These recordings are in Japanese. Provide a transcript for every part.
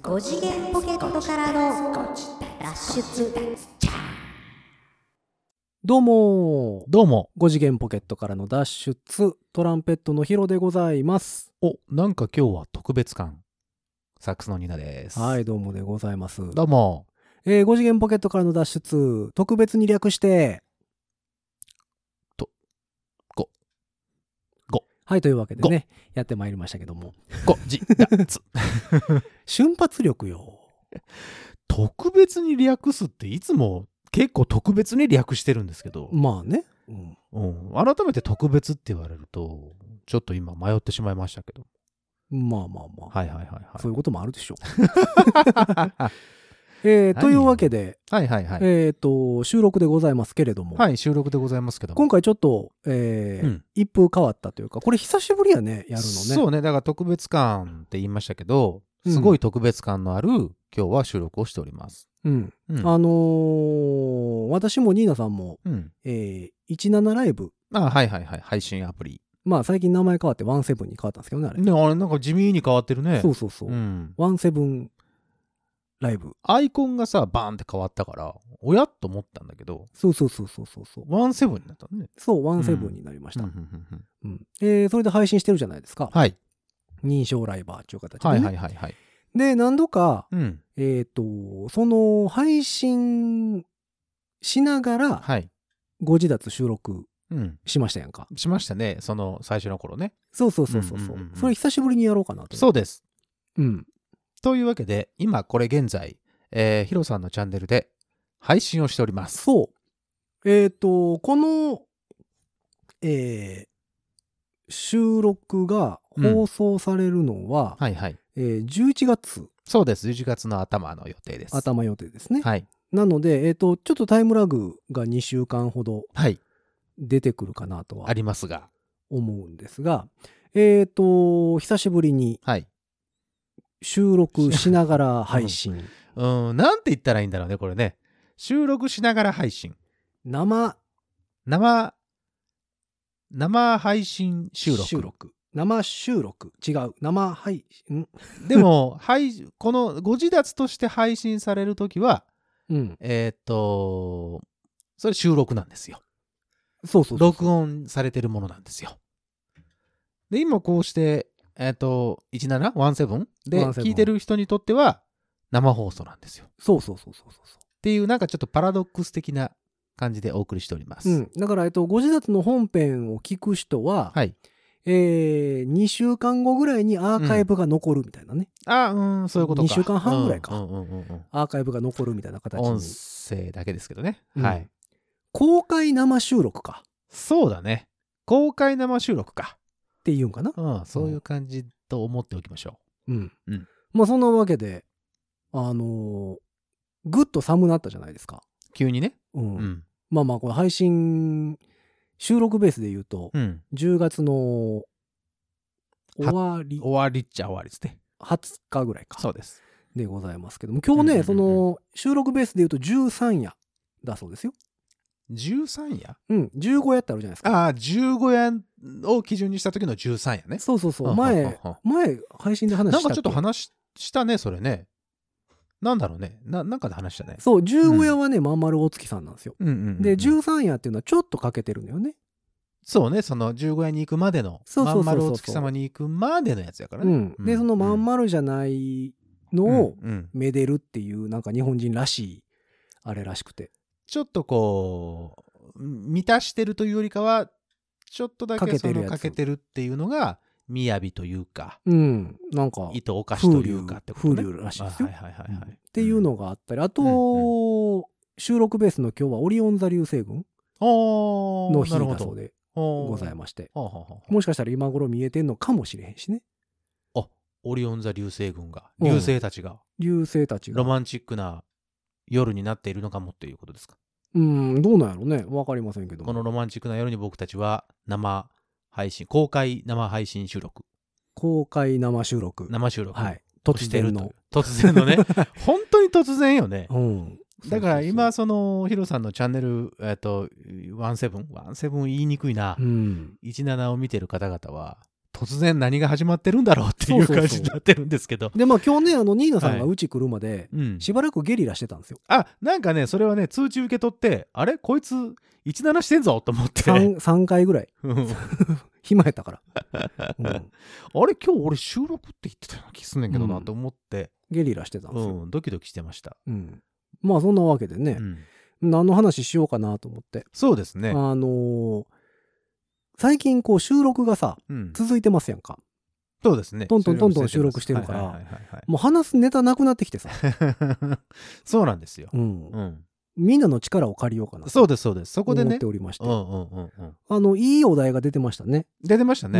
5次元ポケットからの脱出。 どうも 5 次元ポケットからの脱出、トランペットのヒロでございます。 なんか今日は特別感。サックスのニナです。 はい、どうもでございます。 どうも。 5次元ポケットからの脱出、特別に略して 5 はい、というわけでね、やってまいりましたけども、 5次脱瞬発力よ。 特別に略すっていつも結構特別に略してるんですけど、 まあね、 改めて特別って言われるとちょっと今迷ってしまいましたけど、 まあ、 はい、 そういうこともあるでしょう。というわけで、収録でございますけれども、 はい、収録でございますけども、 今回ちょっと、一風変わったというか、これ久しぶりやね、やるのね。 そうね、だから特別感って言いましたけど、すごい特別感のある今日は収録をしております。 私もニーナさんも、17ライブ。 配信アプリ。 まあ最近名前変わって17に変わったんですけどね、あれ。 ね、あれなんか地味に変わってるね。 そう。17ライブ。 アイコンがさ、バーンって変わったから、おやっと思ったんだけど。 そう。 17になったね。 そう、17になりました。それで配信してるじゃないですか。 はい。 認証ライバーっていう形で、ね。 はい。 で、何度か、その配信しながら、ご自立収録しましたやんか。 しましたね、その最初の頃ね。 そう。それ久しぶりにやろうかなと。 そうです。というわけで、今これ現在、ヒロさんのチャンネルで配信をしております。 そう。この、収録が放送されるのは、11月。 そうです。11月の頭の予定です。 頭予定ですね。 はい。 なので、ちょっとタイムラグが2週間ほど出てくるかなとは、 ありますが、 思うんですが、久しぶりに収録しながら配信。 なんて言ったらいいんだろうね、これね。収録しながら配信。生配信収録。 生収録。違う。生配信。 でも、このご自立として配信されるときは、それ収録なんですよ。 そう。 録音されてるものなんですよ。で、今こうして、17で聞いてる人にとっては生放送なんですよ。 そう。 っていうなんかちょっとパラドックス的な感じでお送りしております。 だから、ご自立の本編を聞く人は、2週間後ぐらいにアーカイブが残るみたいなね。 そういうことか。 2週間半ぐらいか。アーカイブが残るみたいな形に。 音声だけですけどね。 公開生収録か。 そうだね。公開生収録か。 っていうんかな。 そういう感じと思っておきましょう。 まあそんなわけで、ぐっと寒なったじゃないですか。 急にね。 まあこの配信、収録ベースで言うと、10月の終わりっちゃ終わりですね。 20日ぐらいか。 そうです。 でございますけども、今日ね、その収録ベースで言うと13夜だそうですよ。 13夜 15夜ってあるじゃないですか。 15夜を基準にした時の13夜ね。 そう。前配信で話したっけ。 なんかちょっと話したね、それね。なんだろうね。なんかで話したね。 そう、15夜はね、まんまる大月さんなんですよ。で、13夜っていうのはちょっと欠けてるのよね。 そうね、その15夜に行くまでの、まんまるお月様に行くまでのやつやからね。 で、そのまんまるじゃないのをめでるっていう、なんか日本人らしい、あれらしくて。 ちょっとこう、満たしてるというよりかは、ちょっとだけその欠けてるっていうのが、雅というか、 なんか、 意図おかしというかってことね。 風流らしいですよ。っていうのがあったり、あと、収録ベースの今日はオリオン座流星群の日だそうでございまして、もしかしたら今頃見えてんのかもしれへんしね。 オリオン座流星群が、流星たちが、ロマンチックな夜になっているのかもっていうことですか。 どうなんやろね。わかりませんけど。 このロマンチックな夜に僕たちは公開生配信収録。 公開生収録。はい。突然のね。 本当に突然よね。だから今、その、ヒロさんのチャンネル、17言いにくいな。17を見てる方々は、 突然何が始まってるんだろうっていう感じになってるんですけど。 で、まあ今日ね、ニーナさんがうち来るまで、しばらくゲリラしてたんですよ。 なんかね、それはね、通知受け取って、あれこいつ、17してんぞと思って。 3回ぐらい。暇やったから。 あれ今日俺収録って言ってたような気すんねんけどなと思って。 ゲリラしてたんですよ。 ドキドキしてました。 まあそんなわけでね、何の話しようかなと思って。 そうですね。 最近こう収録がさ、続いてますやんか。 そうですね。 トントン収録してるから、もう話すネタなくなってきてさ。 そうなんですよ。 みんなの力を借りようかな。 そうです、そうです。そこでね。 思っておりまして。いいお題が出てましたね。 出てましたね。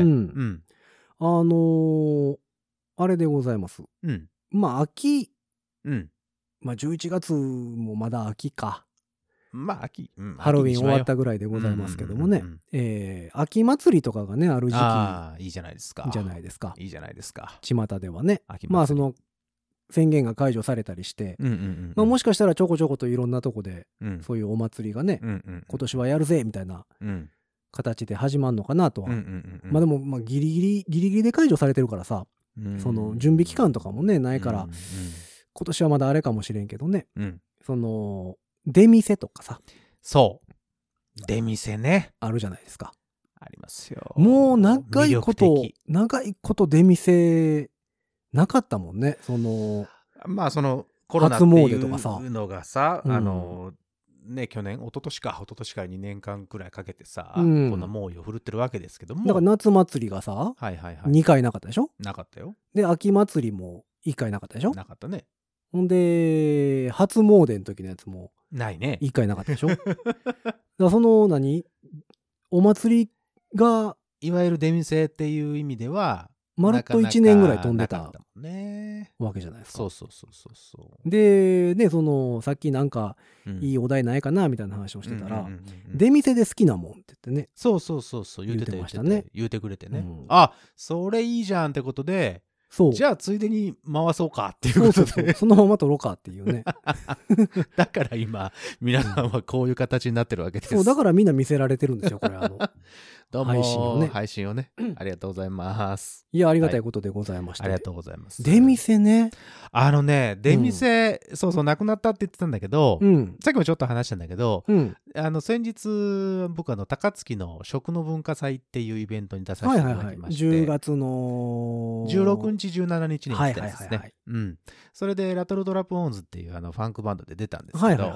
あれでございます。まあ、秋。まあ、11月もまだ秋か。 まあ、秋。 ハロウィン終わったぐらいでございますけどもね。秋祭りとかがね、ある時期。 ああ、いいじゃないですか。 じゃないですか。 いいじゃないですか。 巷ではね。まあ、その、宣言が解除されたりして、もしかしたらちょこちょこといろんなとこで、そういうお祭りがね、今年はやるぜみたいな形で始まるのかなとは。まあでも、ギリギリで解除されてるからさ、その準備期間とかもね、ないから、今年はまだあれかもしれんけどね、その、出店とかさ。 そう。出店ね。 あるじゃないですか。 ありますよ。 もう長いこと出店、なかったもんね。その、 まあそのコロナっていうのがさ、ね、去年、一昨年から2年間くらいかけてさ、こんな猛威を振るってるわけですけども。 だから夏祭りがさ、2回なかったでしょ？ なかったよ。で、 秋祭りも1回なかったでしょ？ なかったね。 ほんで、初詣の時のやつも、 ないね。 1回なかったでしょ？だからそのお祭りが、 いわゆる出店っていう意味では、 まるっと1年ぐらい飛んでたわけじゃないですか。 そう。 で、ね、その、さっきなんか、いいお題ないかなみたいな話をしてたら、出店で好きなもんって言ってね。 そう。言ってましたね。言ってくれてね。あ、それいいじゃんってことで、じゃあついでに回そうかっていうことで。 そのまま撮ろうかっていうね。 だから今、皆さんはこういう形になってるわけです。 そう、だからみんな見せられてるんですよ、これ。 どうも配信をね。ありがとうございます。 いや、ありがたいことでございました。 ありがとうございます。 出店ね。 出店、そう、なくなったって言ってたんだけど、さっきもちょっと話したんだけど、先日、僕高槻の食の文化祭っていうイベントに出させていただきまして、 10月の 16日、17日に来てですね。それで、ラトルドラプオンズっていうファンクバンドで出たんですけど、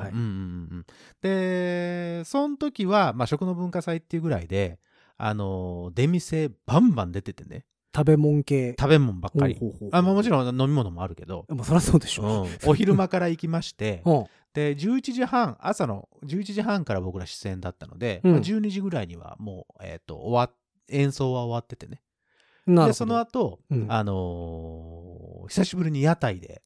で、その時は、まあ、食の文化祭っていうぐらいで、出店バンバン出ててね。 食べ物系。 食べ物ばっかり。もちろん飲み物もあるけど。 そりゃそうでしょ。 お昼間から行きまして、で、朝の11時半から僕ら出演だったので、12時ぐらいにはもう、演奏は終わっててね。で、その後、久しぶりに屋台で、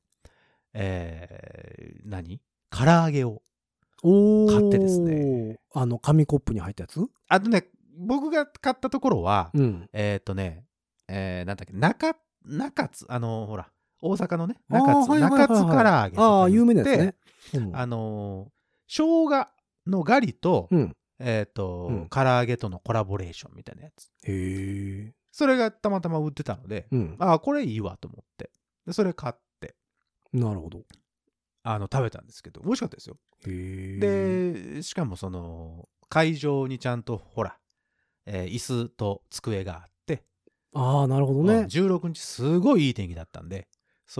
唐揚げを買ってですね。 紙コップに入ったやつ？ あとね、僕が買ったところは、なんだっけ、中津、ほら、大阪のね、中津唐揚げ。 ああ、有名なやつね。 生姜のガリと、唐揚げとのコラボレーションみたいなやつ。 へえ。 それがたまたま売ってたので、これいいわと思って。で、それ買って。 なるほど。 食べたんですけど、美味しかったですよ。で、しかも会場にちゃんと、ほら、椅子と机があって、 ああ、なるほどね。 16日すごいいい天気だったんで、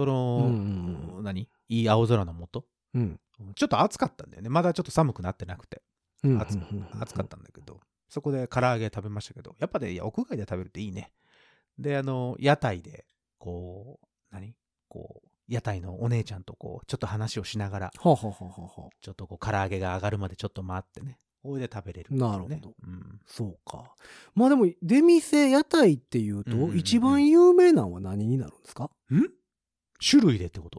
いい青空の下、ちょっと暑かったんだよね。まだちょっと寒くなってなくて、暑かったんだけど、そこで唐揚げ食べましたけど、やっぱね、屋外で食べるっていいね。で、屋台で、屋台のお姉ちゃんとちょっと話をしながら、ちょっと唐揚げが上がるまでちょっと待ってね。これで食べれる、 なるほど。そうか。まあでも、出店、屋台っていうと、一番有名なのは何になるんですか？ 種類でってこと？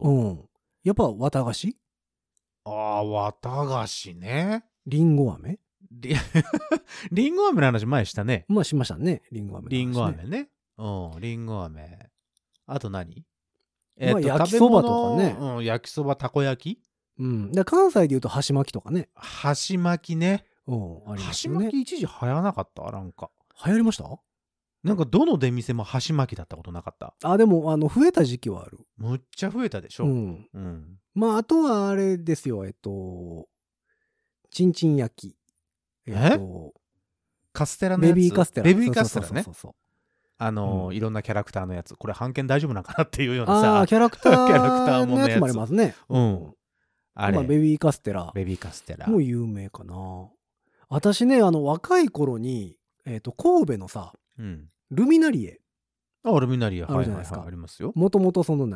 やっぱ、綿菓子？ 綿菓子ね。 りんご飴？ りんご飴の話前したね。 まあしましたね、りんご飴。 りんご飴ね。りんご飴。あと何？ 焼きそばとかね。 焼きそば、たこ焼き？ 関西で言うと箸巻きとかね。 箸巻きね。 ありますね。 箸巻き一時流行らなかった？なんか。 流行りました？ なんかどの出店も箸巻きだったことなかった？ でも、増えた時期はある。 むっちゃ増えたでしょ。 まあ、あとはあれですよ、ちんちん焼き。 カステラのやつ。 ベビーカステラ。 ベビーカステラね。いろんなキャラクターのやつ。これ半券大丈夫なのかなっていうようなさ。 キャラクターのやつもありますね。あれ。ベビーカステラ。 ベビーカステラ。 もう有名かな。私ね、若い頃に、神戸のさ、ルミナリエ。 ルミナリエ。あるじゃないですか。ありますよ。 もともとその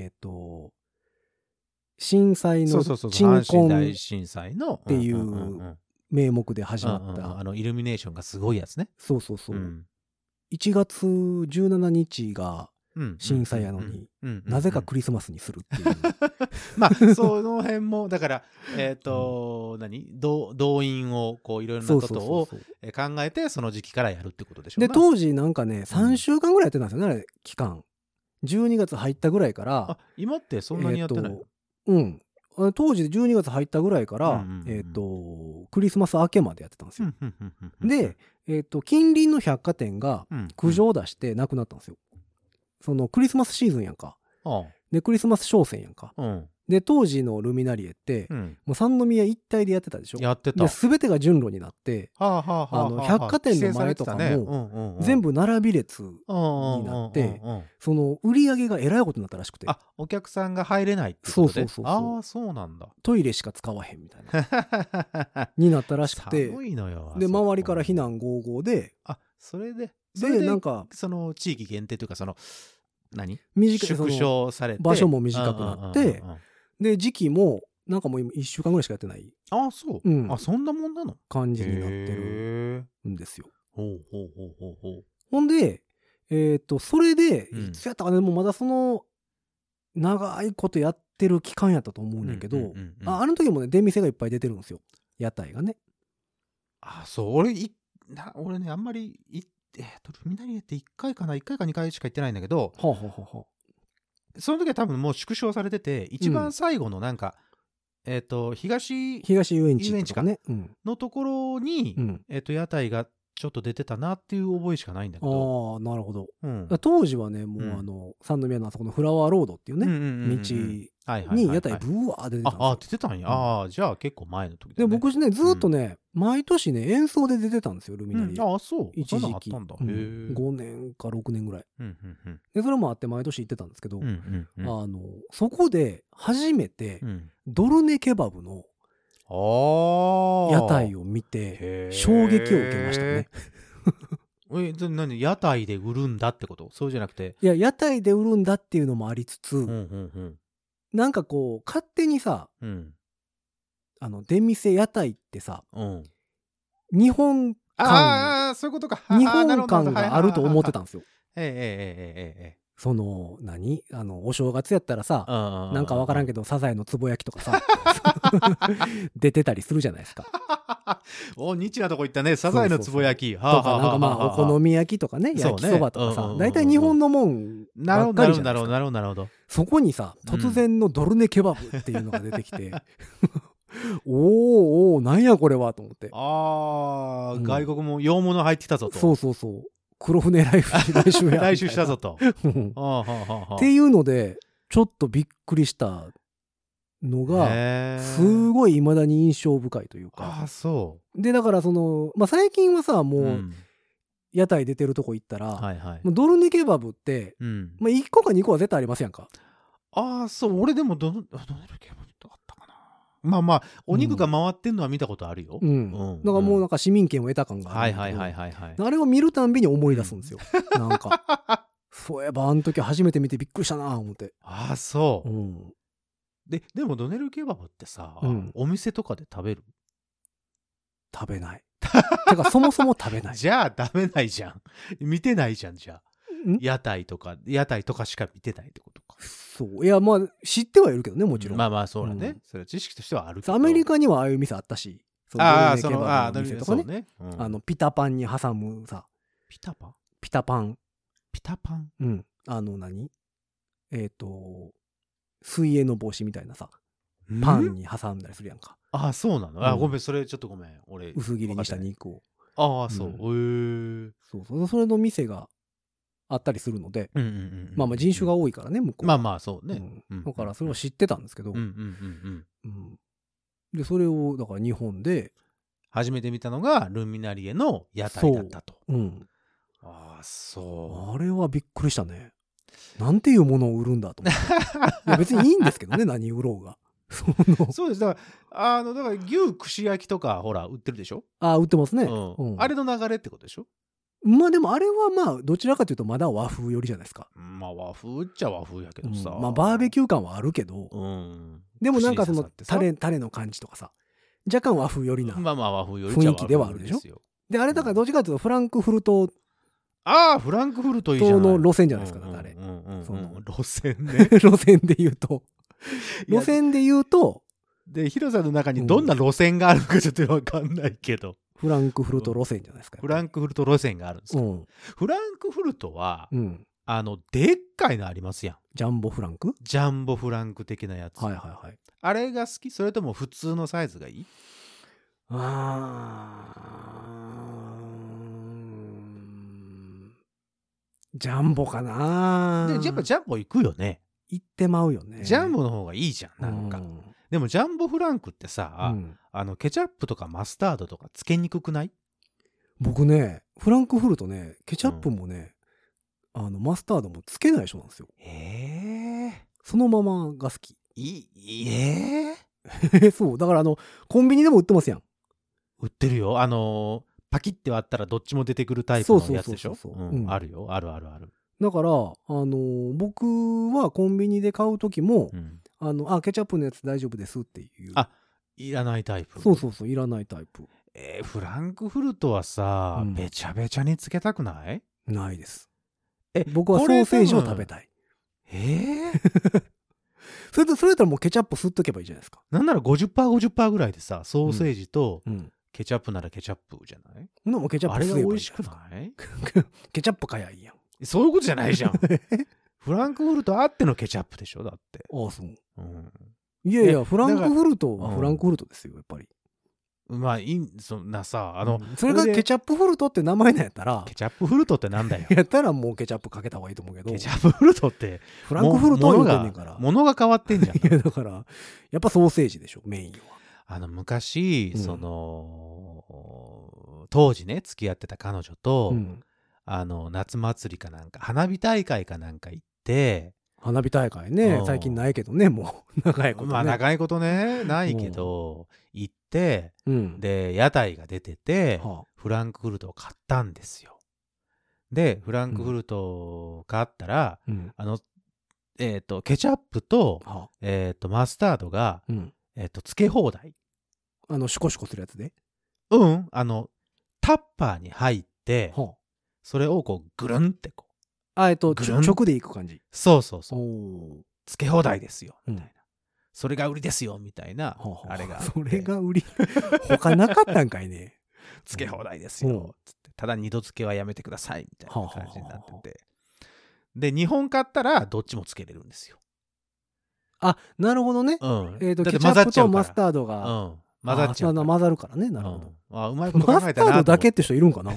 震災の阪神大震災のっていう名目で始まったイルミネーションがすごいやつね。 そう。1月17日が震災やのになぜかクリスマスにするっていうまあその辺もだから動員をこういろいろなことを考えてその時期からやるってことでしょうね。 で当時なんかね3週間ぐらいやってたんですよね、あれ期間。12月入ったぐらいから。 今ってそんなにやってない？ 当時12月入ったぐらいからクリスマス明けまでやってたんですよ。で近隣の百貨店が苦情を出してなくなったんですよ。そのクリスマスシーズンやんか。でクリスマス商戦やんか。で当時のルミナリエって、もう三宮一帯でやってたでしょ。 やってた。 で全てが順路になって、百貨店の前とかも全部並び列になって、その売り上げがえらいことになったらしくて。 お客さんが入れないってことで。そうなんだ。 トイレしか使わへんみたいなになったらしくて。 寒いのよ。 で周りから非難合々で。 それでなんかその地域限定というかその縮小されて場所も短くなって。で時期もなんかもう1週間ぐらいしかやってない。 そう。そんなもんなの感じになってるんですよ。ほんでそれでいつやったかね、もうまだその長いことやってる期間やったと思うんだけど、あの時もね出店がいっぱい出てるんですよ、屋台がね。 そう俺ねあんまりルミナリエって1回か2回しか行ってないんだけど、その時は多分もう縮小されてて、一番最後のなんか、東遊園地とかね、 のところに、屋台がちょっと出てたなっていう覚えしかないんだけど。 なるほど。当時はね、もう三宮のあそこのフラワーロードっていうね、道に屋台ブワー出てたんですよ。 出てたんや。じゃあ結構前の時だね。 で、僕ね、ずっとね、毎年ね、演奏で出てたんですよ、ルミナリエ。 そう。 一時期。5年か6年ぐらい。で、それもあって毎年行ってたんですけど、そこで初めて、ドルネケバブの屋台を見て衝撃を受けましたね。 何屋台で売るんだってこと？そうじゃなくて。 いや、屋台で売るんだっていうのもありつつ、なんかこう勝手にさ、出店屋台ってさ、日本感、 そういうことか。 日本感があると思ってたんですよ。そのお正月やったらさ、なんかわからんけどサザエのつぼ焼きとかさ出てたりするじゃないですか。 ニッチなとこ行ったね。サザエのつぼ焼きとか、なんかまあお好み焼きとかね、焼きそばとかさ、大体日本のもんばっかりじゃないですか。 なるほど。 そこにさ、突然のドルネケバブっていうのが出てきておーなんやこれはと思って。 外国も洋物入ってきたぞと。 そう黒船来週や来週したぞと。 っていうのでちょっとびっくりしたのがすごい未だに印象深いというか。でだから最近はさ、もう屋台出てるとこ行ったら、ドルネケバブって、1個か2個は絶対ありますやんか。 俺でもドルネケバブってあったかな。まあお肉が回ってんのは見たことあるよ。 だからもうなんか市民権を得た感がある。あれを見るたんびに思い出すんですよ。なんかそういえばあの時初めて見てびっくりしたな思って。 そう。でもドネルケバブってさ、お店とかで食べる？ 食べない。てかそもそも食べない。 じゃあ食べないじゃん。見てないじゃん、じゃあ。屋台とかしか見てないってことか。 そう。いや、まあ知ってはいるけどね、もちろん。 まあそうだね。それは知識としてはあるけど。 アメリカにはああいう店あったし。 ドルネケバブの店とかね。 ピタパンに挟むさ。 ピタパン？ ピタパン。 ピタパン？ 水泳の帽子みたいなさ、パンに挟んだりするやんか。 そうなの？ごめん、それちょっとごめん。俺薄切りにした肉を。 そう。 それの店があったりするので、まあまあ人種が多いからね、向こう。 まあまあそうね。 だからそれは知ってたんですけど、で、それを、だから日本で、 初めて見たのがルミナリエの屋台だったと。ああ、そう。 あれはびっくりしたね。なんていうものを売るんだと思って。いや別にいいんですけどね、何売ろうが。 そうです。だから牛串焼きとか、ほら、売ってるでしょ？ 売ってますね。 あれの流れってことでしょ？ まあでもあれはまあ、どちらかというとまだ和風寄りじゃないですか。 まあ和風っちゃ和風やけどさ。 まあバーベキュー感はあるけど、でもなんかそのタレの感じとかさ、若干和風寄りな雰囲気ではあるでしょ？で、あれだからどっちかというとフランクフルト、 フランクフルトいいじゃない。 の路線じゃないですか、あれ。 路線ね。 路線で言うと。 で、ヒロさんの中にどんな路線があるのかちょっとわかんないけど。 フランクフルト路線じゃないですか。 フランクフルト路線があるんですか。フランクフルトは、でっかいのありますやん。 ジャンボフランク？ ジャンボフランク的なやつ。あれが好き？それとも普通のサイズがいい？ ジャンボかな。 で、やっぱジャンボ行くよね。 行ってまうよね。 ジャンボの方がいいじゃん、なんか。でもジャンボフランクってさ、ケチャップとかマスタードとかつけにくくない？ 僕ね、フランクフルトね、ケチャップもね、マスタードもつけない人なんですよ。そのままが好き。そう、だからコンビニでも売ってますやん。 売ってるよ。パキって割ったらどっちも出てくるタイプのやつでしょ？あるよ。ある。 だから、僕はコンビニで買うときも、ケチャップのやつ大丈夫ですっていう。 いらないタイプ。 そう、いらないタイプ。 フランクフルトはさ、べちゃべちゃにつけたくない？ ないです。僕はソーセージを食べたい。それだったらもうケチャップ吸っとけばいいじゃないですか。 なんなら 50%、50% ぐらいでさ、ソーセージとケチャップならケチャップじゃない？ もうケチャップあれが美味しくない？ ケチャップかやいいやん。 そういうことじゃないじゃん。フランクフルトあってのケチャップでしょ？だって。 そう。いやいや、フランクフルトはフランクフルトですよ、やっぱり。 まあ、そんなさ、 それがケチャップフルトって名前なんやったら、 ケチャップフルトってなんだよ。 やったらもうケチャップかけた方がいいと思うけど。 ケチャップフルトって、 フランクフルトは言うてんねんから。 物が変わってんじゃん。 いや、だから、やっぱソーセージでしょ、メインは。 昔、当時ね、付き合ってた彼女と、夏祭りかなんか、花火大会かなんか行って、 花火大会ね、最近ないけどね、もう、長いことね。 まあ、長いことね、ないけど、行って、で、屋台が出てて、フランクフルトを買ったんですよ。で、フランクフルトを買ったら、ケチャップと、マスタードが、つけ放題。 シュコシュコするやつで？ タッパーに入って、それをこう、ぐるんってこう。 直でいく感じ。 そう。つけ放題ですよ。みたいな。それが売りですよ。みたいな。あれが。 それが売り。他なかったんかいね。 つけ放題ですよ。つってただ二度漬けはやめてください。みたいな感じになってて。で、2本買ったらどっちもつけれるんですよ。 なるほどね。ケチャップとマスタードが。 混ざっちゃう。 混ざるからね。なるほど。うまいこと考えたな。 マスタードだけって人いるんかな？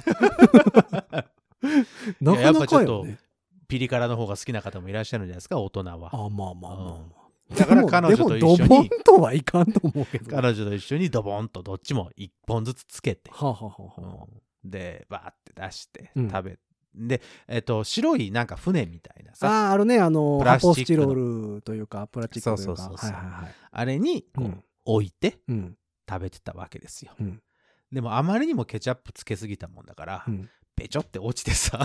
なかなかよね。 ピリ辛の方が好きな方もいらっしゃるんじゃないですか、大人は。 まあ。 だから彼女と一緒に。 ドボンとはいかんと思うけど。 彼女と一緒にドボンとどっちも1本ずつつけて。で、バーって出して食べ。で、白いなんか船みたいなさ。 あるね、発泡スチロールというか、プラスチックというか。 あれに置いて食べてたわけですよ。でもあまりにもケチャップつけすぎたもんだから、べちょって落ちてさ。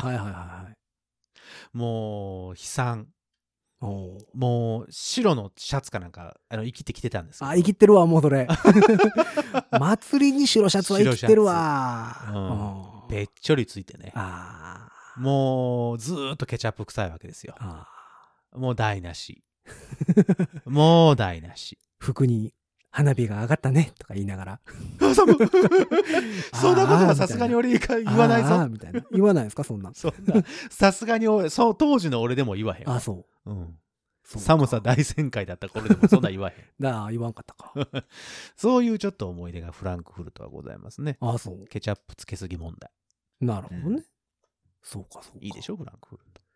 もう悲惨。もう白のシャツかなんか生きてきてたんですけど。 生きてるわ、もうそれ。祭りに白シャツは生きてるわ。 べっちょりついてね。もうずーっとケチャップ臭いわけですよ。もう台無し。もう台無し。 服に花火が上がったねとか言いながら。 そんなことはさすがに俺言わないぞ。 みたいな。言わないですか、そんな。 さすがに当時の俺でも言わへん。 そう。 寒さ大旋回だった頃でもそんな言わへん。 言わんかったか。 そういうちょっと思い出がフランクフルトはございますね。 そう。 ケチャップつけすぎ問題。 なるほどね。そうか。 いいでしょ、フランクフルト。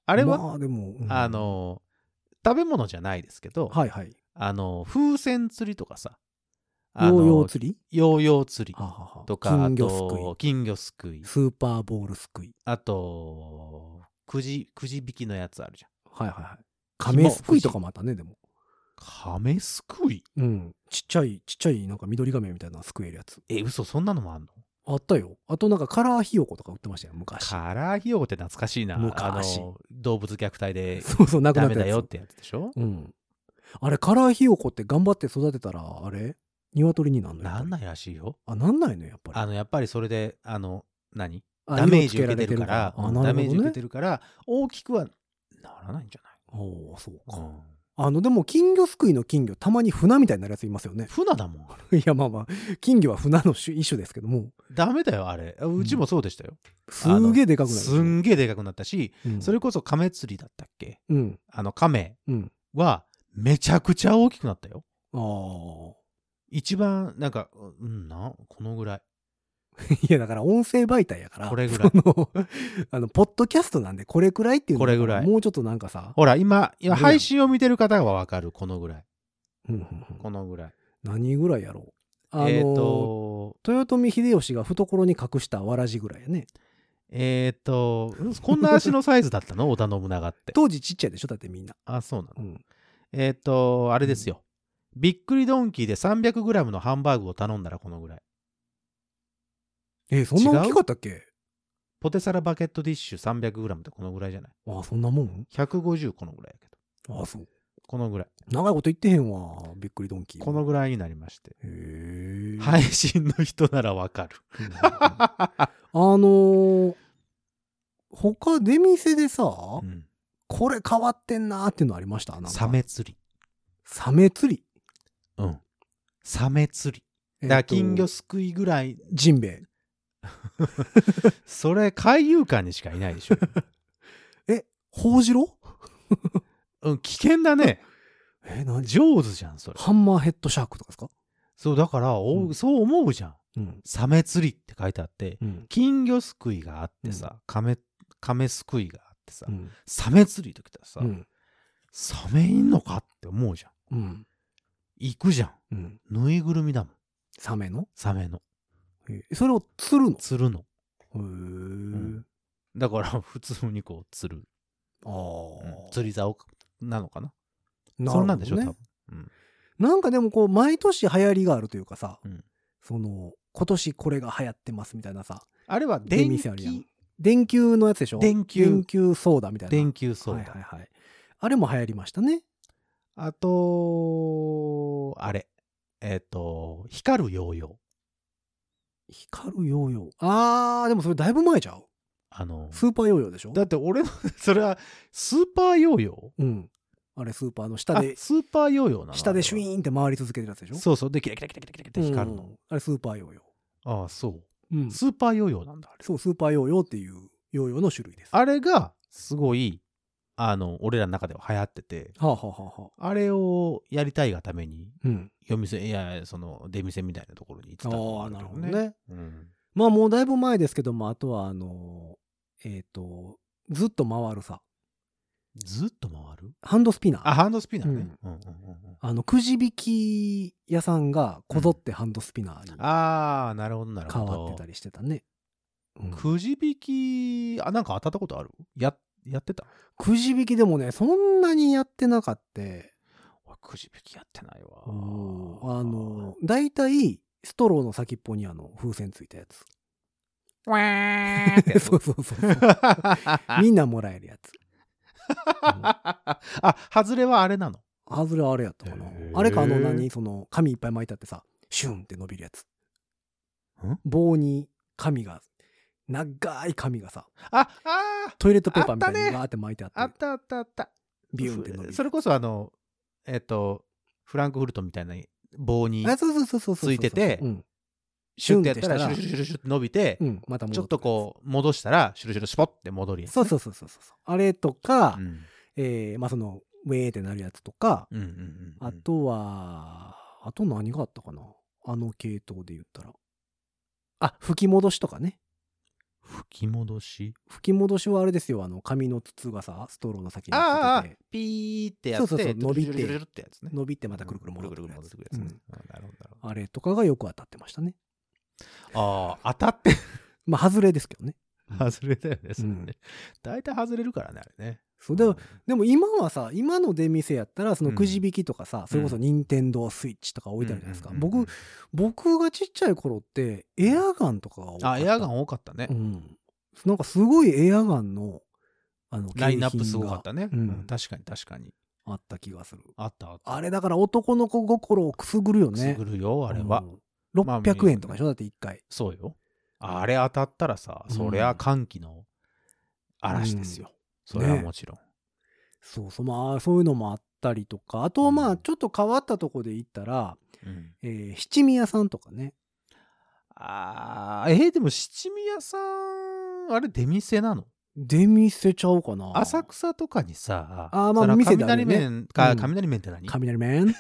あれは、 まあでも、 食べ物じゃないですけど、 はいはい。 風船釣りとかさ、 ヨーヨー釣りヨーヨー釣りはははとか、 金魚すくい。 金魚すくい。 スーパーボールすくい。 あと、くじ引きのやつあるじゃん。 はいはいはい。亀すくいとかもあったね、でも。 亀すくい？ うん。ちっちゃい、なんか緑亀みたいなすくえるやつ。 嘘、そんなのもあんの？ あったよ。あとなんかカラーひよことか売ってましたよ、昔。 カラーひよこって懐かしいな。 昔。 動物虐待で。 そう、なくなったやつ。 ダメだよってやつでしょ？ うん。あれ、カラーひよこって頑張って育てたら、あれ鶏になんの？ なんないらしいよ。 なんないのやっぱり。 やっぱりそれで、何ダメージ受けてるから、ダメージ受けてるから、大きくはならないんじゃない？ おー、そうか。でも、金魚すくいの金魚、たまに船みたいになるやついますよね。 船だもん。 いや、まあまあ、金魚は船の一種ですけども。 ダメだよ、あれ。うちもそうでしたよ。 すんげえでかくなる。 すんげえでかくなったし、それこそ亀釣りだったっけ？亀は、めちゃくちゃ大きくなったよ。一番、なんか、このぐらい。 いや、だから音声媒体やから。 これぐらい。 ポッドキャストなんで、これくらいっていうのこれぐらい。 もうちょっとなんかさ。 ほら、今配信を見てる方はわかる。このぐらい。このぐらい。 何ぐらいやろう。豊臣秀吉が懐に隠したわらじぐらいやね。 こんな足のサイズだったの？織田信長って。 当時ちっちゃいでしょだってみんな。 あ、そうなの。あれですよ。びっくりドンキーで 300g のハンバーグを頼んだらこのぐらい。 そんな大きかったっけ？ ポテサラバケットディッシュ 300g ってこのぐらいじゃない？ そんなもん？ 150 このぐらいやけど。 そう。このぐらい。 長いこと言ってへんわ。びっくりドンキー。 このぐらいになりまして。配信の人ならわかる。 他出店でさ、これ変わってんなーっていうのありました？ サメ釣り。 サメ釣り？ サメ釣り。だから金魚すくいぐらい。 ジンベエ。 それ海遊館にしかいないでしょ。 ホウジロ？ 危険だね。上手じゃんそれ。 ハンマーヘッドシャークとかですか？ そうだからそう思うじゃん。サメ釣りって書いてあって、金魚すくいがあってさ、亀すくいがあってさ、サメ釣りときたらさ、サメいんのかって思うじゃん。行くじゃん。ぬいぐるみだもん。 サメの？ サメの。 それを釣るの？ 釣るの。だから普通にこう釣る。釣り竿なのかな。そんなんでしょ多分。 なんかでもこう毎年流行りがあるというかさ、今年これが流行ってますみたいなさ。 あれは電球のやつでしょ？電球ソーダみたいな。 電球ソーダ。 あれも流行りましたね。 あと、あれ。光るヨーヨー。 光るヨーヨー。でもそれだいぶ前ちゃう？スーパーヨーヨーでしょ？ だって俺の、それは、スーパーヨーヨー？あれスーパーの下で。 スーパーヨーヨーなの？ 下でシュイーンって回り続けてるやつでしょ？ そうそう。で、キラキラキラキラキラって光るの。 あれスーパーヨーヨー。そう。スーパーヨーヨーなんだ、あれ。 そう、スーパーヨーヨーっていうヨーヨーの種類です。 あれが、すごい、俺らの中では流行ってて、あれをやりたいがために、出店みたいなところに行ってたの。 なるほどね。まあもうだいぶ前ですけども、あとはずっと回るさ。 ずっと回る？ ハンドスピナー。 ハンドスピナーね。 くじ引き屋さんがこぞってハンドスピナーに。 なるほどなるほど。 変わってたりしてたね。 くじ引き、なんか当たったことある？やってた？ くじ引きでもね、そんなにやってなかった。 くじ引きやってないわ。 だいたいストローの先っぽに風船ついたやつ。 わーって。 そう。みんなもらえるやつ。 外れはあれなの？ 外れはあれやったかな。あれか紙いっぱい巻いてあってさ、シュンって伸びるやつ。棒に長い紙がさ、トイレットペーパーみたいにガーって巻いてあって。 あった。 ビューンって伸びる。 それこそフランクフルトみたいな棒についてて、シュンってやったらシュルシュルシュルシュルって伸びて、ちょっとこう戻したらシュルシュルシュポッって戻るやつ。 そう。あれとか、ウェーってなるやつとか、あと何があったかな？系統で言ったら。吹き戻しとかね。 吹き戻しはあれですよ、紙の筒がさ、ストローの先についてて、 ピーってやって、 そう伸びて、 やつね。 伸びてまたくるくる戻ってくるやつ。 なるほど。 あれとかがよく当たってましたね。 ああ、当たってまあ、外れですけどね。 外れだよね、それね。大体外れるからね、あれね。 そうでも今はさ、今の出店やったらそのくじ引きとかさ、それこそ任天堂スイッチとか置いてあるじゃないですか。僕がちっちゃい頃ってエアガンとかが多かった。 エアガン多かったね。 なんかすごいエアガンのラインナップすごかったね。確かにあった気がする。 あった。 あれだから男の子心をくすぐるよね。 くすぐるよ、あれは。 600円とかでしょ、だって1回。 そうよ。あれ当たったらさ、そりゃ歓喜の嵐ですよ。それはもちろん。 まあそういうのもあったりとか、あとまあちょっと変わったとこで言ったら、七味屋さんとかね。 でも七味屋さん、あれ出店なの？ 出店ちゃうかな。 浅草とかにさ、 まあ店であるね。 雷麺か、雷麺って何？ 雷麺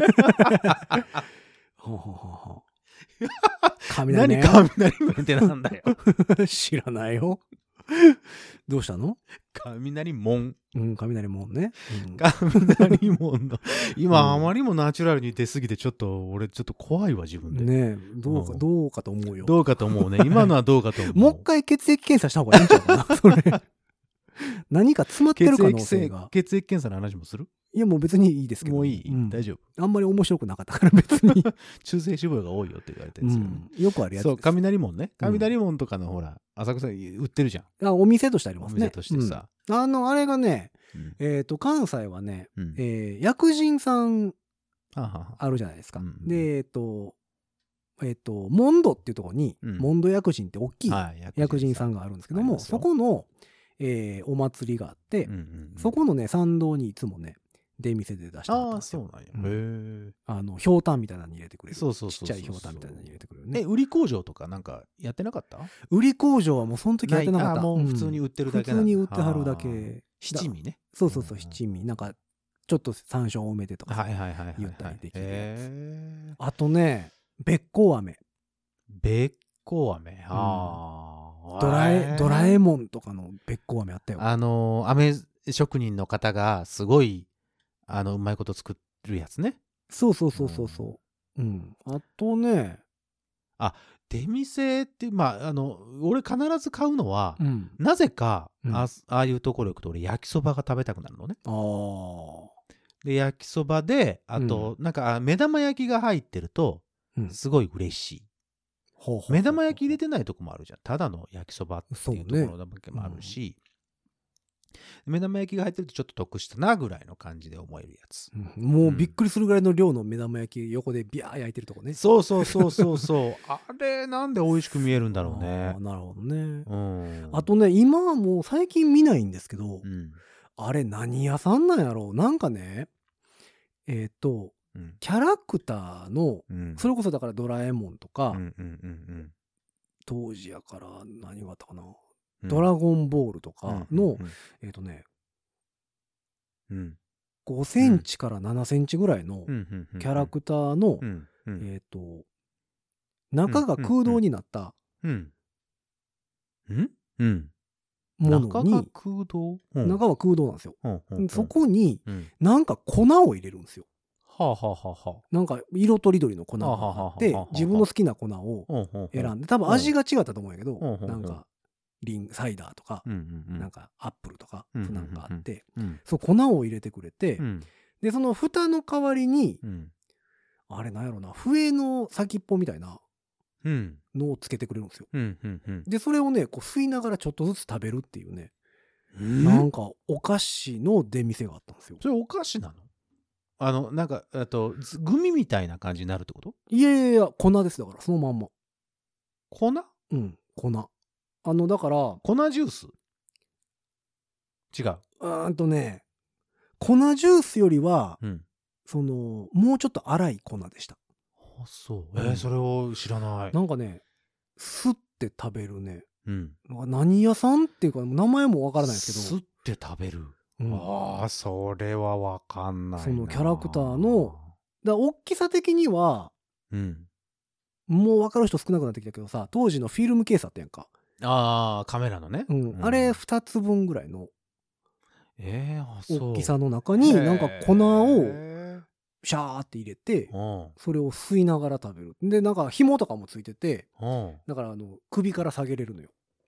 何雷麺ってなんだよ。 知らないよ。どうしたの？ 雷門。 雷門ね。 雷門の。今、あまりもナチュラルに出すぎて、俺ちょっと怖いわ、自分で。 ねえ、どうかと思うよ。 どうかと思うね。今のはどうかと思う。 もう一回血液検査した方がいいんちゃうかな、それ。何か詰まってる可能性が。 血液検査の話もする？ いや、もう別にいいですけど。 もういい？大丈夫。 あんまり面白くなかったから別に。 中性脂肪が多いよって言われてるんですけど。 よくあるやつ。 そう、雷門ね。雷門とかのほら、浅草に売ってるじゃん。 お店としてありますね。 お店としてさ。 あれがね、関西はね、薬人さんあるじゃないですか。で、モンドっていうところに、モンド薬人って大きい薬人さんがあるんですけども、そこの、お祭りがあって、そこのね、参道にいつもね、出店で出してあったんですよ。 そうなんや。 ひょうたんみたいなのに入れてくれる。 ちっちゃいひょうたんみたいなのに入れてくれるね。 売り工場とかなんかやってなかった？ 売り工場はもうその時やってなかった。 もう普通に売ってるだけなんだ。 普通に売ってはるだけ。 七味ね。 そう、七味。なんか、ちょっと山椒多めでとか言ったりできるやつ。あとね、べっこう飴。 べっこう飴。 ドラえもんとかのべっこう飴あったよ。 飴職人の方がすごいうまいこと作るやつね。 そう。あとね。 出店って、俺必ず買うのは、なぜか、ああいうところ行くと俺焼きそばが食べたくなるのね。で、焼きそばで、あと、なんか目玉焼きが入ってると、すごい嬉しい。目玉焼き入れてないとこもあるじゃん。ただの焼きそばっていうところだけもあるし、目玉焼きが入ってるとちょっと得したなぐらいの感じで思えるやつ。 もうびっくりするぐらいの量の目玉焼き横でビャー焼いてるとこね。 そう。あれなんで美味しく見えるんだろうね。 なるほどね。あとね、今はもう最近見ないんですけど、あれ何屋さんなんやろう。なんかね、キャラクターの、それこそだからドラえもんとか、当時やから何があったかな。ドラゴンボールとかの、5センチから7センチぐらいのキャラクターの、中が空洞になったものに、中は空洞なんですよ。そこになんか粉を入れるんですよ。なんか色とりどりの粉があって、自分の好きな粉を選んで、多分味が違ったと思うんやけど、なんかサイダーとか、なんかアップルとかなんかあって、そう粉を入れてくれて、でその蓋の代わりに、あれなんやろな、笛の先っぽみたいなのをつけてくれるんですよ。でそれをねこう吸いながらちょっとずつ食べるっていうね、なんかお菓子の出店があったんですよ。 それお菓子なの？なんかグミみたいな感じになるってこと？ いや粉です。だからそのまんま粉？ 粉。だから粉ジュース？違う。 粉ジュースよりは、もうちょっと粗い粉でした。 そう。それを知らない。 なんかね、すって食べるね。何屋さんっていうか名前もわからないですけど。 すって食べる。それはわかんないな。 そのキャラクターの大きさ的には、もう分かる人少なくなってきたけどさ、当時のフィルムケースあったやんか。 ああ、カメラのね。 あれ2つ分ぐらいのそう大きさの中になんか粉をシャーって入れて、それを吸いながら食べる。で、なんか紐とかもついてて、だから首から下げれるのよ。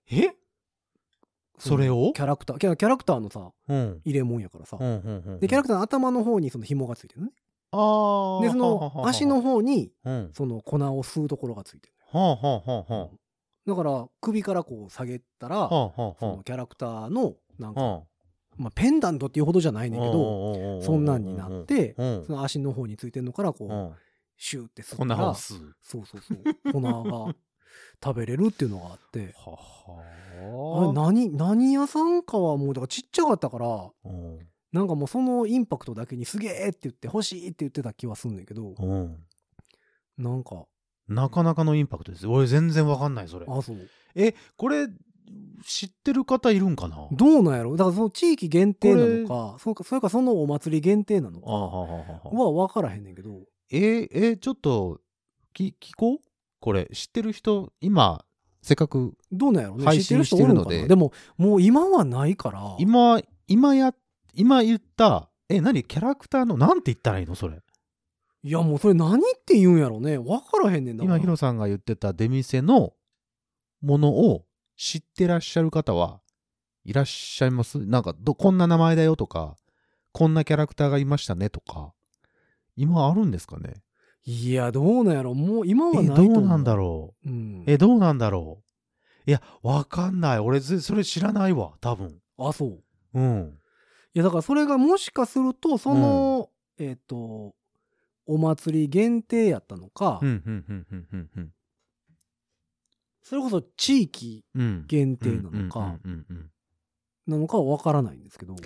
それをキャラクターのさ、入れ物やからさ。で、キャラクターの頭の方にその紐がついてるね。で、その足の方に、その粉を吸うところがついてる。だから、首からこう下げたら、そのキャラクターの、なんか、まあ、ペンダントっていうほどじゃないねんけど、そんなんになって、その足の方についてるのから、こう、シューって吸ったら、そう粉が食べれるっていうのがあって、あれ何屋さんかはもう、だからちっちゃかったから、なんかもうそのインパクトだけにすげえって言って、欲しいって言ってた気はすんねんけど、なんか、 なかなかのインパクトです。俺全然わかんない、それ。 あ、そう。 これ、知ってる方いるんかな？ どうなんやろ？だからその地域限定なのか、それかそのお祭り限定なのかは分からへんねんけど。 ちょっと聞こう？これ知ってる人、今せっかくどうなんやろね、 配信してるので。 でももう今はないから。 今言った、何キャラクターのなんて言ったらいいのそれ？ いやもうそれ何って言うんやろね。分からへんねんだから。 今ヒロさんが言ってた出店のものを知ってらっしゃる方はいらっしゃいます？なんかこんな名前だよとか、こんなキャラクターがいましたねとか、今あるんですかね？ いやどうなんやろ、もう今はないと思う。 どうなんだろう。どうなんだろう。いやわかんない。俺それ知らないわ多分。 あ、そう。いやだからそれがもしかするとその、お祭り限定やったのか、それこそ地域限定なのかは分からないんですけど。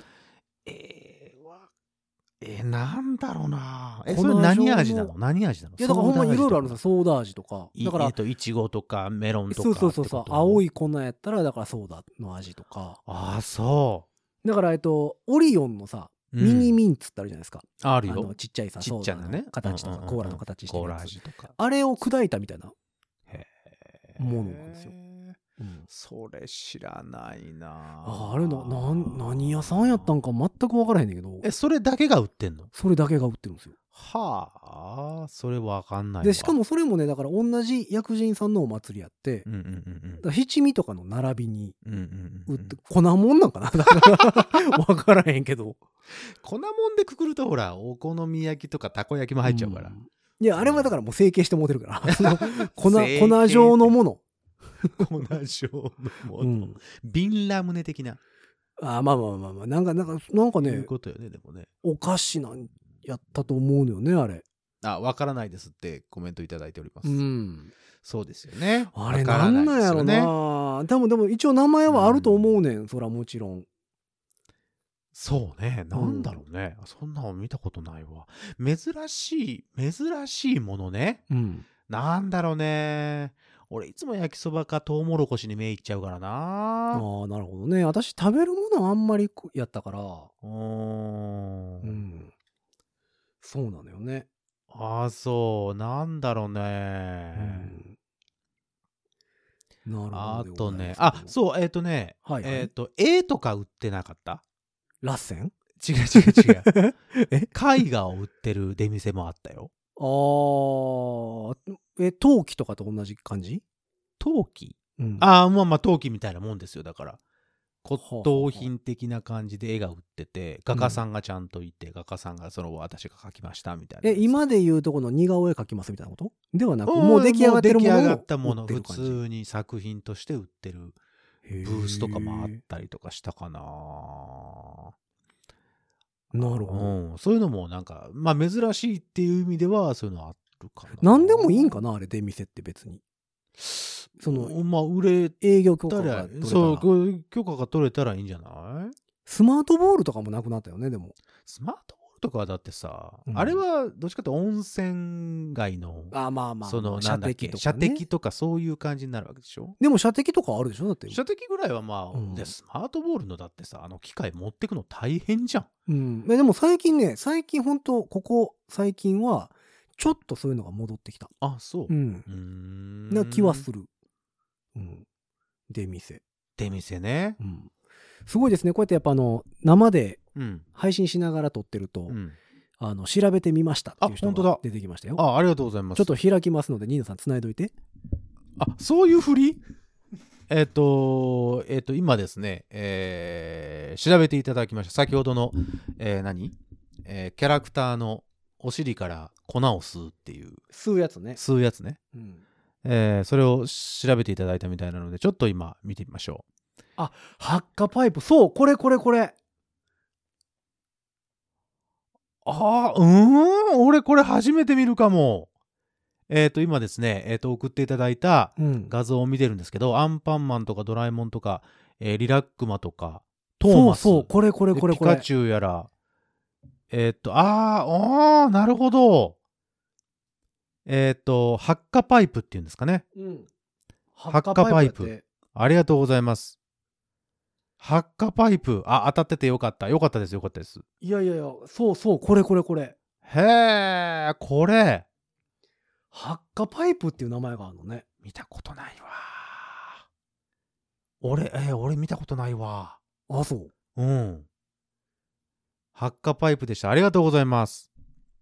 なんだろうな。それ何味なの？何味なの？ いやだからほんまいろいろあるんですよ。ソーダ味とか。だからいちごとかメロンとか。 そう。青い粉やったらだからソーダの味とか。 ああそう。 だからオリオンのさ、ミニミンツってあるじゃないですか。 あるよ。 ちっちゃいさ、 ちっちゃなね。 形とか、コーラの形してるやつ。 コーラ味とか。 あれを砕いたみたいなものなんですよ。 それ知らないな。 あれ何屋さんやったんか全く分からへんねんけど。 それだけが売ってんの？ それだけが売ってるんですよ。 はあ、それ分かんないわ。 でしかもそれもね、だから同じ薬人さんのお祭りやって、七味とかの並びに売って粉もんなんかな。だから分からへんけど。 粉もんでくくるとほらお好み焼きとかたこ焼きも入っちゃうから。 いやあれはだからもう成形してもうてるから。その粉状のもの。 粉状のもの。ビンラムネ的な。 まあなんかね。そういうことよね、でもね。 お菓子なんやったと思うのよね、あれ。 わからないですってコメントいただいております。そうですよね。 あれなんなんやろな。でも一応名前はあると思うねん、そらもちろん。 そうね。なんだろうね。そんなの見たことないわ。珍しいものね。なんだろうね。俺いつも焼きそばかトウモロコシに目いっちゃうからな。 なるほどね。私食べるものあんまりやったから。そうなのよね。 そう。なんだろうね。 なるほど。 あとね。そう。絵とか売ってなかった？ ラッセン？ 違う。絵画を売ってる出店もあったよ。 陶器とかと同じ感じ？ 陶器？まあ陶器みたいなもんですよ。だから骨董品的な感じで絵が売ってて、画家さんがちゃんといて、画家さんが私が描きましたみたいな。 今で言うとこの似顔絵描きますみたいなことではなく、もう出来上がってるものを売ってる感じ。出来上がったもの普通に作品として売ってるブースとかもあったりとかしたかな。 なるほど。そういうのもなんかまあ珍しいっていう意味ではそういうのあるかな。 何でもいいんかな、あれ出店って別に。営業許可が取れたら。 そう、許可が取れたらいいんじゃない？ スマートボールとかもなくなったよね、でも。 スマートボールとかはだってさ、あれはどっちかというと温泉街の、そのなんだっけ、射的とかそういう感じになるわけでしょ？ でも射的とかあるでしょ？だって。 射的ぐらいはまあ、でスマートボールのだってさ、機械持ってくの大変じゃん。 でも最近本当ここ最近は、ちょっとそういうのが戻ってきた。 そう。 な気はする。 出店。 出店ね。 うん。すごいですね。こうやってやっぱ生で配信しながら撮ってると、調べてみましたっていう人が出てきましたよ。 ありがとうございます。 ちょっと開きますので、ニーナさん繋いどいて。 そういうふり今ですね、調べていただきました。先ほどの、キャラクターのお尻から粉を吸うっていう。 吸うやつね。 それを調べていただいたみたいなので、ちょっと今見てみましょう。発火パイプ。そう、これ。 俺これ初めて見るかも。今ですね、送っていただいた画像を見てるんですけど、アンパンマンとかドラえもんとか、リラックマとか、トーマス。 そう、これ。 ピカチュウやら。なるほど。発火パイプっていうんですかね。発火パイプ。ありがとうございます。発火パイプ。当たっててよかった。よかったです。 いや、そう、これ。 へー、これ。 発火パイプっていう名前があるのね。 見たことないわ。俺見たことないわ。 そう。 発火パイプでした。ありがとうございます。